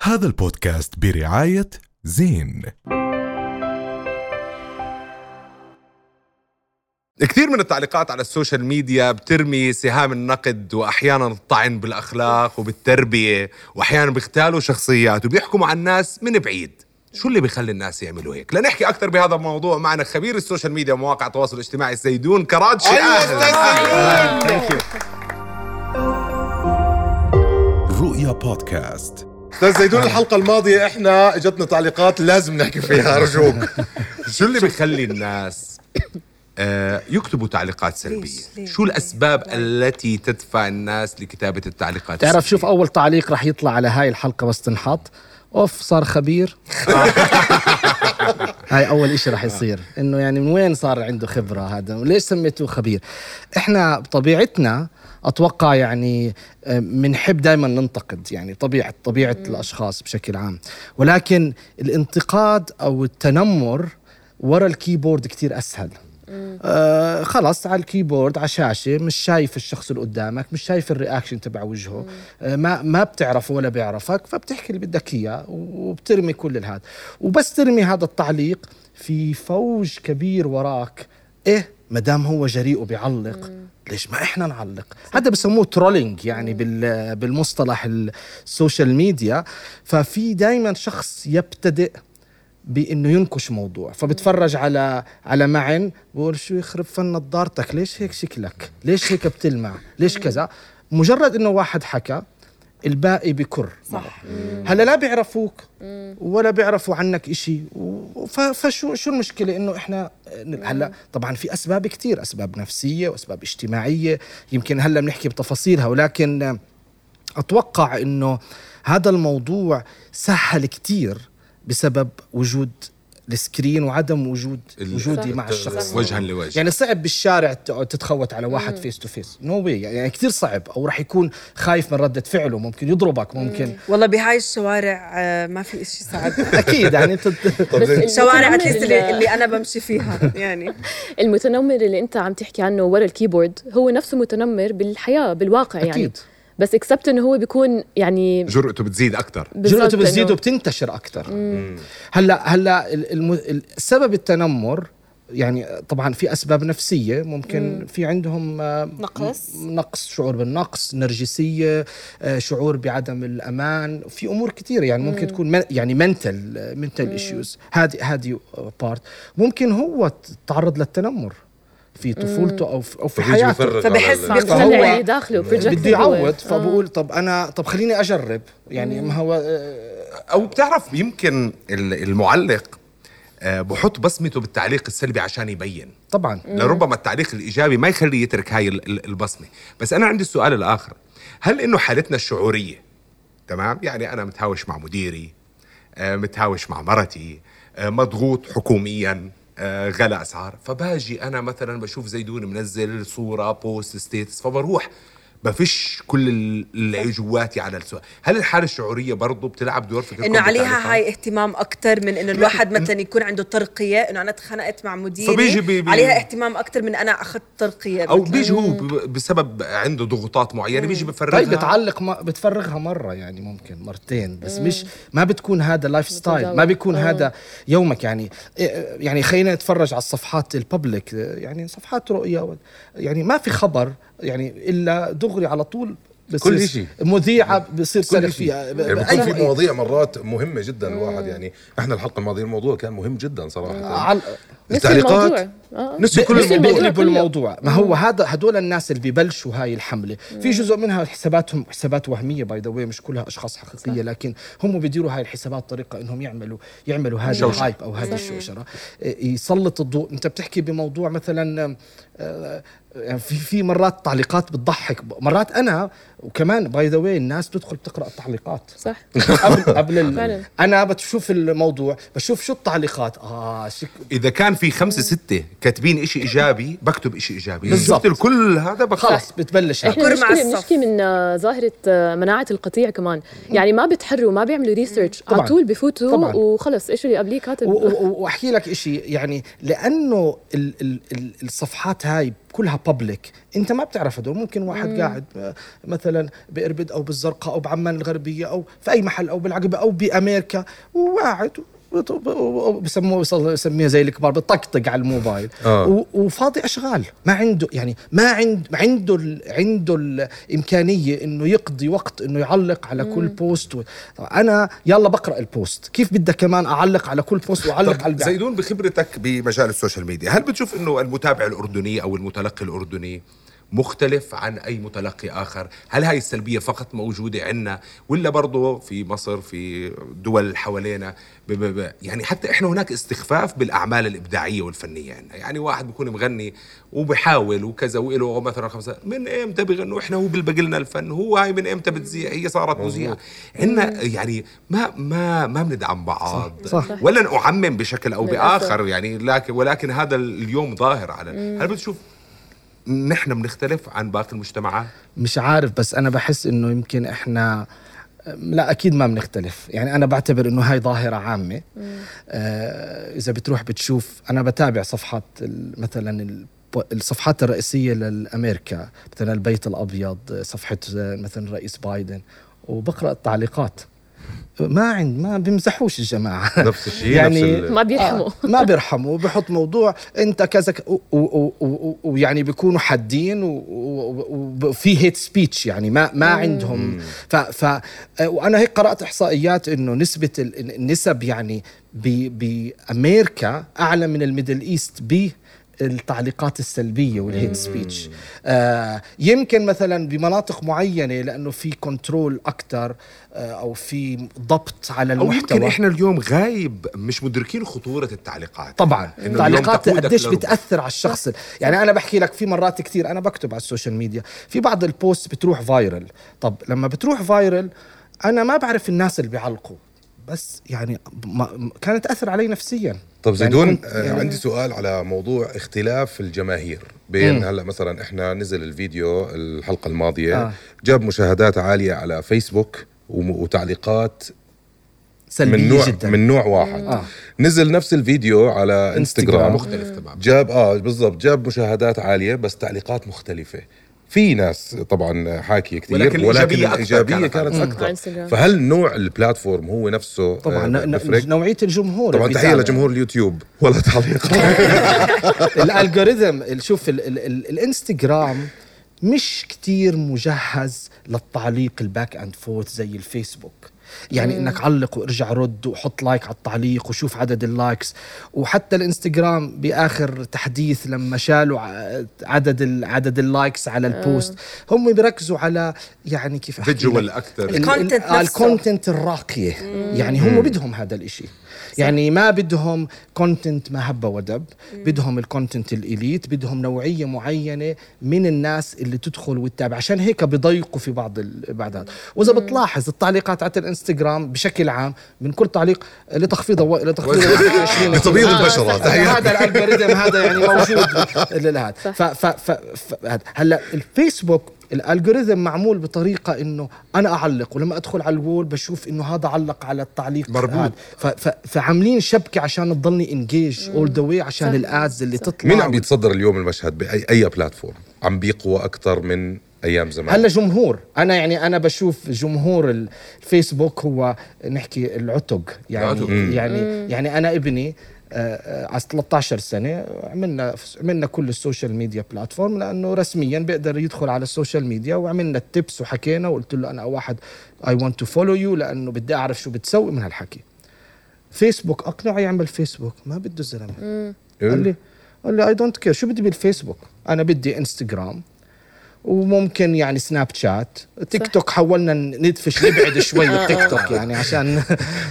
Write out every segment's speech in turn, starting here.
هذا البودكاست برعاية زين. كثير من التعليقات على السوشيال ميديا بترمي سهام النقد وأحياناً الطعن بالأخلاق وبالتربية، وأحياناً بيختالوا شخصيات وبيحكموا عن الناس من بعيد. شو اللي بيخلي الناس يعملوا هيك؟ لنحكي أكثر بهذا الموضوع معنا خبير السوشيال ميديا ومواقع التواصل الاجتماعي زيدون كرادشي. رؤيا بودكاست. أستاذ زيدون، الحلقة الماضية إحنا إجتنا تعليقات لازم نحكي فيها، أرجوك. شو اللي بيخلي الناس يكتبوا تعليقات سلبية؟ شو الأسباب التي تدفع الناس لكتابة التعليقات تعرف السلبية؟ شوف أول تعليق رح يطلع على هاي الحلقة بس تنحط أوف صار خبير. هاي أول إشي رح يصير، إنه يعني من وين صار عنده خبرة هذا، وليش سميته خبير؟ إحنا بطبيعتنا أتوقع يعني منحب دايما ننتقد، يعني طبيعة الأشخاص بشكل عام، ولكن الانتقاد أو التنمر ورا الكيبورد كتير أسهل. خلاص على الكيبورد على شاشة، مش شايف الشخص اللي قدامك، مش شايف الرياكشن تبع وجهه، ما بتعرفه ولا بيعرفك، فبتحكي اللي بدك إياه وبترمي كل هذا. وبس ترمي هذا التعليق في فوج كبير وراك، إيه مدام هو جريء وبيعلق ليش ما إحنا نعلق؟ هذا بسموه ترولينج يعني بالمصطلح السوشيال ميديا. ففي دايما شخص يبتدئ بإنه ينكش موضوع، فبتفرج على معن بقول شو يخرب فن نظارتك، ليش هيك شكلك، ليش هيك بتلمع، ليش كذا. مجرد إنه واحد حكى الباقي بكر صح. هلا لا بيعرفوك ولا بيعرفوا عنك إشي، فشو المشكلة؟ إنه إحنا هلا طبعا في أسباب كتير، أسباب نفسية وأسباب اجتماعية، يمكن هلا بنحكي بتفاصيلها، ولكن أتوقع إنه هذا الموضوع سهل كتير بسبب وجود السكرين وعدم وجودي مع الشخص وجها لوجه. يعني صعب بالشارع تتخوت على واحد فيس تو فيس، نو واي، يعني كتير صعب، او راح يكون خايف من ردة فعله، ممكن يضربك، ممكن والله بهاي الشوارع ما في إشي صعب. اكيد يعني الشوارع اللي انا بمشي فيها يعني المتنمر اللي انت عم تحكي عنه ورا الكيبورد هو نفسه متنمر بالحياة بالواقع يعني أكيد. بس اكسبت انه هو بيكون يعني جرأته بتزيد اكتر، جرأته بتزيد وبتنتشر اكتر. هلا السبب التنمر يعني طبعا في اسباب نفسيه، ممكن في عندهم نقص، شعور بالنقص، نرجسيه، شعور بعدم الامان، في امور كثيره يعني ممكن تكون يعني منتل ايشوز. هذه بارت. ممكن هو تعرض للتنمر في طفولته او في حياته، فبحس بيطلع داخله بدي يعوض، فبقول طب خليني اجرب يعني. ما هو او بتعرف يمكن المعلق بحط بصمته بالتعليق السلبي عشان يبين طبعا. لربما التعليق الإيجابي ما يخليه يترك هاي البصمة. بس أنا عندي السؤال الآخر، هل إنه حالتنا الشعورية تمام؟ يعني أنا متهاوش مع مديري، متهاوش مع مرتي، مضغوط حكوميا، غلاء أسعار، فباجي أنا مثلا بشوف زيدون منزل صورة بوست ستيتس، فبروح بفش كل اللي جواتي على السؤال. هل الحالة الشعورية برضو بتلعب دور في إنه عليها هاي اهتمام أكتر من إنه الواحد مثلا يكون عنده ترقية، إنه أنا اتخانقت مع مديري عليها اهتمام أكتر من أنا أخذت ترقية، أو بيجي هو بسبب عنده ضغوطات معينة بيجي بفرغها. طيب بتعلق بتفرغها مرة يعني ممكن مرتين بس، مش ما بتكون هذا لايف ستايل، ما بيكون هذا يومك يعني خلينا نتفرج على الصفحات الببليك، يعني صفحات رؤيا يعني ما في خبر يعني إلا دغري على طول، كل شيء مذيعة بصير سلك فيها يعني بيكون في مواضيع مرات مهمة جدا. الواحد يعني احنا الحلقة الماضية الموضوع كان مهم جدا صراحة. التعليقات نسي كل الموضوع. ما هو هدول الناس اللي بيبلشوا هاي الحملة، في جزء منها حسابات وهمية باي ذا واي، مش كلها أشخاص حقيقية، لكن هم بيديروا هاي الحسابات طريقة إنهم يعملوا هذا الهايب أو هذه الشوشرة، يسلط الضوء. أنت بتحكي بموضوع مثلا يعني في مرات تعليقات بتضحك، مرات أنا وكمان باي ذا واي الناس بتدخل بتقرأ التعليقات صح قبل أنا بشوف الموضوع، بشوف شو التعليقات. إذا كان في 5-6 كاتبين إشي إيجابي بكتب إشي إيجابي، بالضبط. كل هذا خلاص بتبلش. إحنا بنشكي من ظاهرة مناعة القطيع كمان، يعني ما بتحروا ما بيعملوا ريسيرش، على طول بفوتوا وخلص إيش اللي قبليه كاتب. وأحكي لك إشي يعني، لأنه الصفحات هاي كلها بابليك، انت ما بتعرف هدول. ممكن واحد قاعد مثلا بإربد او بالزرقاء او بعمان الغربيه او في اي محل او بالعقبه او بامريكا وقاعد بسميها زي الكبار بطقطق على الموبايل وفاضي اشغال، ما عنده يعني ما عنده الامكانيه انه يقضي وقت انه يعلق على كل بوست. انا يلا بقرا البوست، كيف بدك كمان اعلق على كل بوست واعلق على زيدون بخبرتك بمجال السوشيال ميديا، هل بتشوف انه المتابع الاردني او المتلقي الاردني مختلف عن أي متلقي آخر؟ هل هاي السلبية فقط موجودة عنا ولا برضو في مصر في دول حوالينا يعني حتى إحنا هناك استخفاف بالأعمال الإبداعية والفنية عنا؟ يعني واحد بيكون مغني وبحاول وكذا وإله مثلا 5 من إمتى بغنوا إحنا، هو بالبقلنا الفن، هو هاي من إمتى بتذيع، هي صارت مذيعة عنا. يعني ما بندعم بعض صح. ولا نعمم بشكل أو بآخر يعني، ولكن هذا اليوم ظاهر على هل بتشوف نحن بنختلف عن باقي المجتمعات؟ مش عارف، بس أنا بحس إنه يمكن إحنا لا أكيد ما بنختلف. يعني أنا بعتبر إنه هاي ظاهرة عامة. إذا بتروح بتشوف، أنا بتابع صفحات مثلا الصفحات الرئيسية للأمريكا، مثلا البيت الأبيض، صفحة مثلا رئيس بايدن، وبقرأ التعليقات. ما بيمزحوش الجماعة نفس الشيء يعني ما بيرحموا ما بيرحموا، بيحط موضوع انت كذا ويعني بيكونوا حادين وفي هيت سبيتش يعني ما عندهم وانا هيك قرأت احصائيات انه نسبة النسب يعني بأمريكا اعلى من الميدل ايست التعليقات السلبية والهيت سبيتش. يمكن مثلا بمناطق معينة لأنه في كنترول أكتر أو في ضبط على المحتوى. أو يمكن إحنا اليوم غايب مش مدركين خطورة التعليقات. طبعا التعليقات قديش بتأثر على الشخص. يعني أنا بحكي لك في مرات كتير أنا بكتب على السوشيال ميديا، في بعض البوست بتروح فايرل. طب لما بتروح فايرل أنا ما بعرف الناس اللي بيعلقوا، بس يعني كانت أثر علي نفسيا. طب زيدون يعني عندي سؤال على موضوع اختلاف الجماهير بين هلأ مثلا احنا نزل الفيديو الحلقة الماضية جاب مشاهدات عالية على فيسبوك وتعليقات سلبية من نوع واحد. نزل نفس الفيديو على انستغرام مختلف تماما، جاب بالضبط جاب مشاهدات عالية بس تعليقات مختلفة. في ناس طبعا حاكية كتير ولكن الإيجابية كانت أكثر. فهل نوع البلاتفورم هو نفسه طبعا نوعية الجمهور؟ طبعا تحية لجمهور اليوتيوب ولا تعليق. الالجوريثم شوف الانستغرام مش كتير مجهز للتعليق الباك اند فورث زي الفيسبوك. يعني انك علق وارجع رد وحط لايك على التعليق وشوف عدد اللايكس. وحتى الانستغرام باخر تحديث لما شالوا عدد اللايكس على البوست هم بيركزوا على يعني كيف فيجوال اكثر، الكونتنت الراقية. يعني هم بدهم هذا الاشي، يعني ما بدهم كونتنت ما هبة ودب، بدهم الكونتنت الإليت، بدهم نوعية معينة من الناس اللي تدخل وتتابع. عشان هيك بيضيقوا في بعض هذا. وإذا بتلاحظ التعليقات على الانستغرام بشكل عام من كل تعليق لتخفيض 20 لتبييض البشرة. هذا الالجوريثم هذا يعني موجود لهذا. هلا الفيسبوك الالجوريثم معمول بطريقه انه انا اعلق ولما ادخل على الوول بشوف انه هذا علق على التعليق مربوط. فعاملين شبكه عشان تضلني انجيج اول ذا واي عشان الادز اللي تطلع. مين عم بيتصدر اليوم المشهد باي بلاتفورم؟ عم بيقوى اكثر من ايام زمان؟ هلا جمهور. انا بشوف جمهور الفيسبوك هو نحكي العتق يعني انا ابني على 13 سنة عملنا كل السوشيال ميديا بلاتفورم لأنه رسميا بيقدر يدخل على السوشيال ميديا، وعملنا التبس وحكينا وقلت له أنا واحد I want to follow you لأنه بدي أعرف شو بتسوي من هالحكي. فيسبوك أقنعه يعمل فيسبوك، ما بده الزلمة. قال لي I don't care، شو بدي بالفيسبوك؟ أنا بدي انستغرام وممكن يعني سناب شات. تيك توك حاولنا ندفش نبعد شوي التيك توك يعني عشان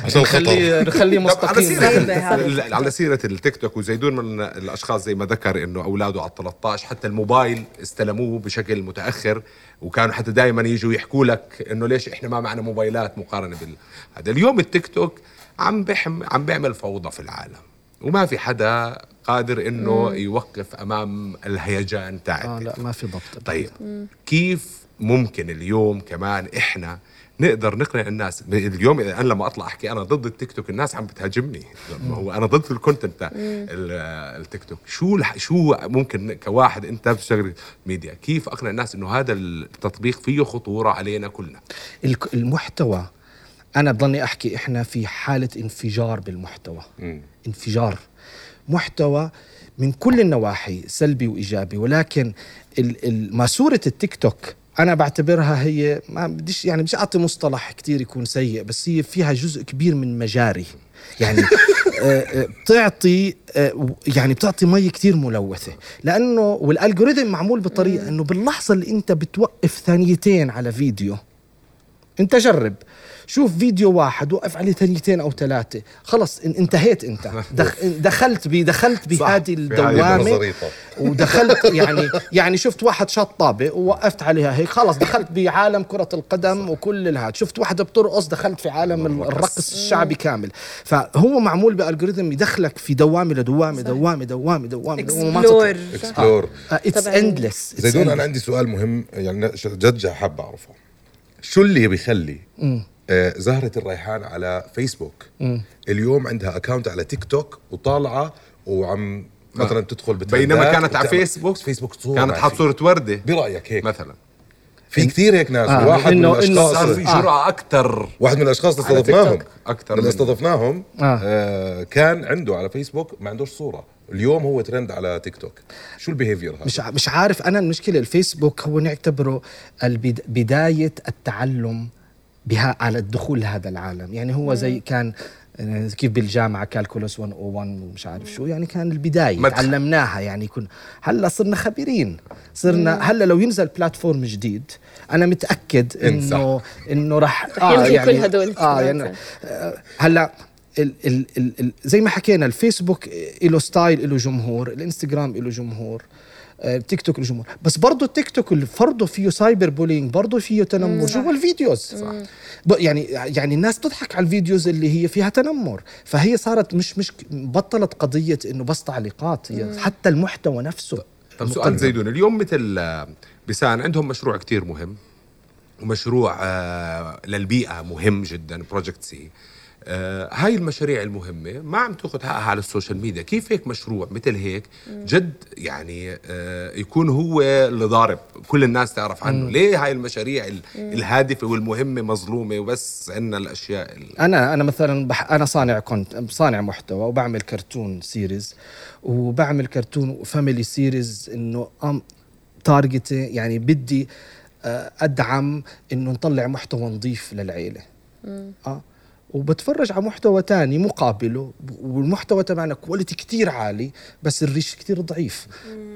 نخليه مستقيم. على سيرة التيك توك، وزيدون من الأشخاص زي ما ذكر إنه أولاده على 13 حتى الموبايل استلموه بشكل متأخر، وكانوا حتى دائما يجوا يحكوا لك إنه ليش إحنا ما معنا موبايلات مقارنة هذا. اليوم التيك توك عم بيعمل فوضى في العالم، وما في حدا قادر إنه يوقف أمام الهيجان تاعه. لا ما في ضبط. طيب كيف ممكن اليوم كمان إحنا نقدر نقنع الناس. اليوم اذا انا لما اطلع احكي انا ضد التيك توك الناس عم بتهاجمني، هو انا ضد الكونتنت تاع التيك توك. شو ممكن كواحد انت بتشتغل ميديا كيف اقنع الناس انه هذا التطبيق فيه خطوره علينا كلنا؟ المحتوى انا بضلني احكي احنا في حاله انفجار بالمحتوى. انفجار محتوى من كل النواحي سلبي وايجابي، ولكن ماسوره التيك توك أنا بعتبرها هي ما بديش يعني مش أعطي مصطلح كتير يكون سيء، بس هي فيها جزء كبير من مجاري يعني بتعطي يعني بتعطي مي كتير ملوثة، لأنه والألجوريثم معمول بطريقة أنه باللحظة اللي أنت بتوقف ثانيتين على فيديو، أنت جرب شوف فيديو واحد وقف عليه 2 أو 3 خلص انتهيت. انت دخلت بهذه الدوامة ودخلت يعني شفت واحد شاط طابة ووقفت عليها هيك خلص دخلت بعالم كرة القدم وكل الهاد. شفت واحدة بترقص دخلت في عالم الرقص الشعبي كامل. فهو معمول بألجوريثم يدخلك في دوامة لدوامة اكسبلور اتس اندلس. زيدون انا عندي سؤال مهم يعني جد حاب اعرفه، شو اللي بيخلي زهرة الريحان على فيسبوك اليوم عندها اكاونت على تيك توك وطالعة وعم مثلا تدخل بينما كانت على فيسبوك كانت حاط صورة وردة برأيك هيك مثلا؟ في كثير هيك ناس. واحد من الاشخاص صار في جرعة اكثر. واحد من الاشخاص اللي استضفناهم اكثر استضفناهم كان عنده على فيسبوك ما عندوش صورة، اليوم هو ترند على تيك توك. شو البيهيفير هذا؟ مش عارف. انا المشكلة الفيسبوك هو نعتبره بداية التعلم بها على الدخول لهذا العالم. يعني هو زي كان كيف بالجامعة كالكولوس 101 ومش عارف شو، يعني كان البداية تعلمناها. يعني هلا صرنا خبيرين، صرنا هلا لو ينزل بلاتفورم جديد أنا متأكد إنه راح يعني كل هدول يعني هلا زي ما حكينا الفيسبوك له ستايل، له جمهور، الانستغرام له جمهور، تيك توك الجمهور، بس برضو التيك توك اللي فرضه فيه سايبر بولينج، برضو فيه تنمر جوا الفيديوز. يعني الناس تضحك على الفيديوز اللي هي فيها تنمر. فهي صارت مش بطلت قضية انه بس تعليقات، هي حتى المحتوى نفسه. طب سؤال زيدون، اليوم مثل بسان عندهم مشروع كتير مهم ومشروع للبيئة مهم جدا، بروجكت سي. هاي المشاريع المهمة ما عم تأخذ حقها على السوشيال ميديا. كيف هيك مشروع مثل هيك جد يعني يكون هو اللي ضارب كل الناس تعرف عنه؟ ليه هاي المشاريع الهادفة والمهمة مظلومة وبس عندنا الأشياء أنا مثلا أنا صانع محتوى وبعمل كرتون سيريز وبعمل كرتون فاميلي سيريز، إنه تارجت يعني بدي أدعم إنه نطلع محتوى نظيف للعيلة. وبتفرج على محتوى تاني مقابله والمحتوى تبعنا كواليتي كتير عالي بس الريش كتير ضعيف.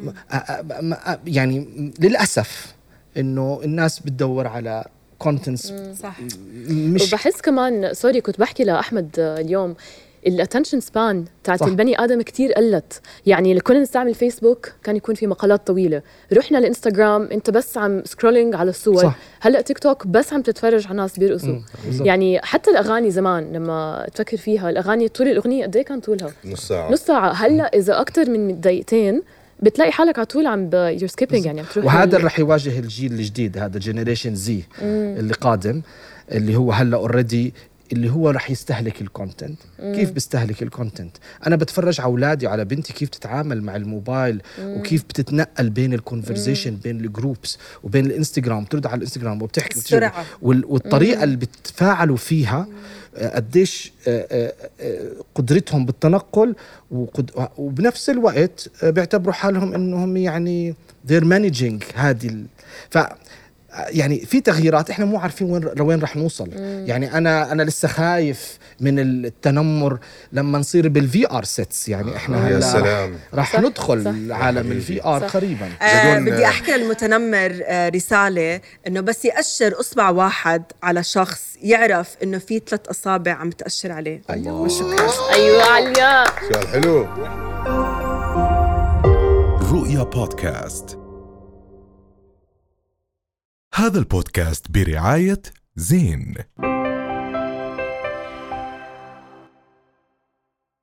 يعني للأسف إنه الناس بتدور على كونتنتس صح. وبحس كمان سوري كنت بحكي لأحمد اليوم الاتنشن سبان تاعت البني آدم كتير قلت. يعني كنا نستعمل فيسبوك كان يكون في مقالات طويلة، رحنا لإنستغرام انت بس عم سكرولينج على الصور. هلأ تيك توك بس عم تتفرج على ناس بيرقصوا. يعني حتى الأغاني زمان لما تفكر فيها الأغاني طول الأغنية قد ايه كان طولها؟ نص ساعة. هلأ إذا أكتر من دقيقتين بتلاقي حالك على طول عم يور سكيبينج يعني. وهذا رح يواجه الجيل الجديد، هذا جينيريشن زي اللي قادم، اللي هو هلا اوريدي اللي هو رح يستهلك الكونتنت. كيف بيستهلك الكونتنت؟ أنا بتفرج على أولادي وعلى بنتي كيف تتعامل مع الموبايل وكيف بتتنقل بين الكونفرزيشن بين الجروبس وبين الانستغرام، ترد على الانستغرام وبتحكي والطريقة اللي بتفاعلوا فيها قديش قدرتهم بالتنقل وبنفس الوقت بيعتبروا حالهم إنهم يعني they're managing هذه يعني في تغييرات احنا مو عارفين وين رح نوصل. يعني انا لسه خايف من التنمر لما نصير بالفي ار سيتس. يعني احنا هلا رح ندخل عالم الفي ار قريبا. بدي احكي للمتنمر رساله انه بس يأشر اصبع واحد على شخص يعرف انه في 3 أصابع عم تأشر عليه. وشكرا. ايوه عليا سؤال حلو. رؤيا بودكاست. هذا البودكاست برعاية زين.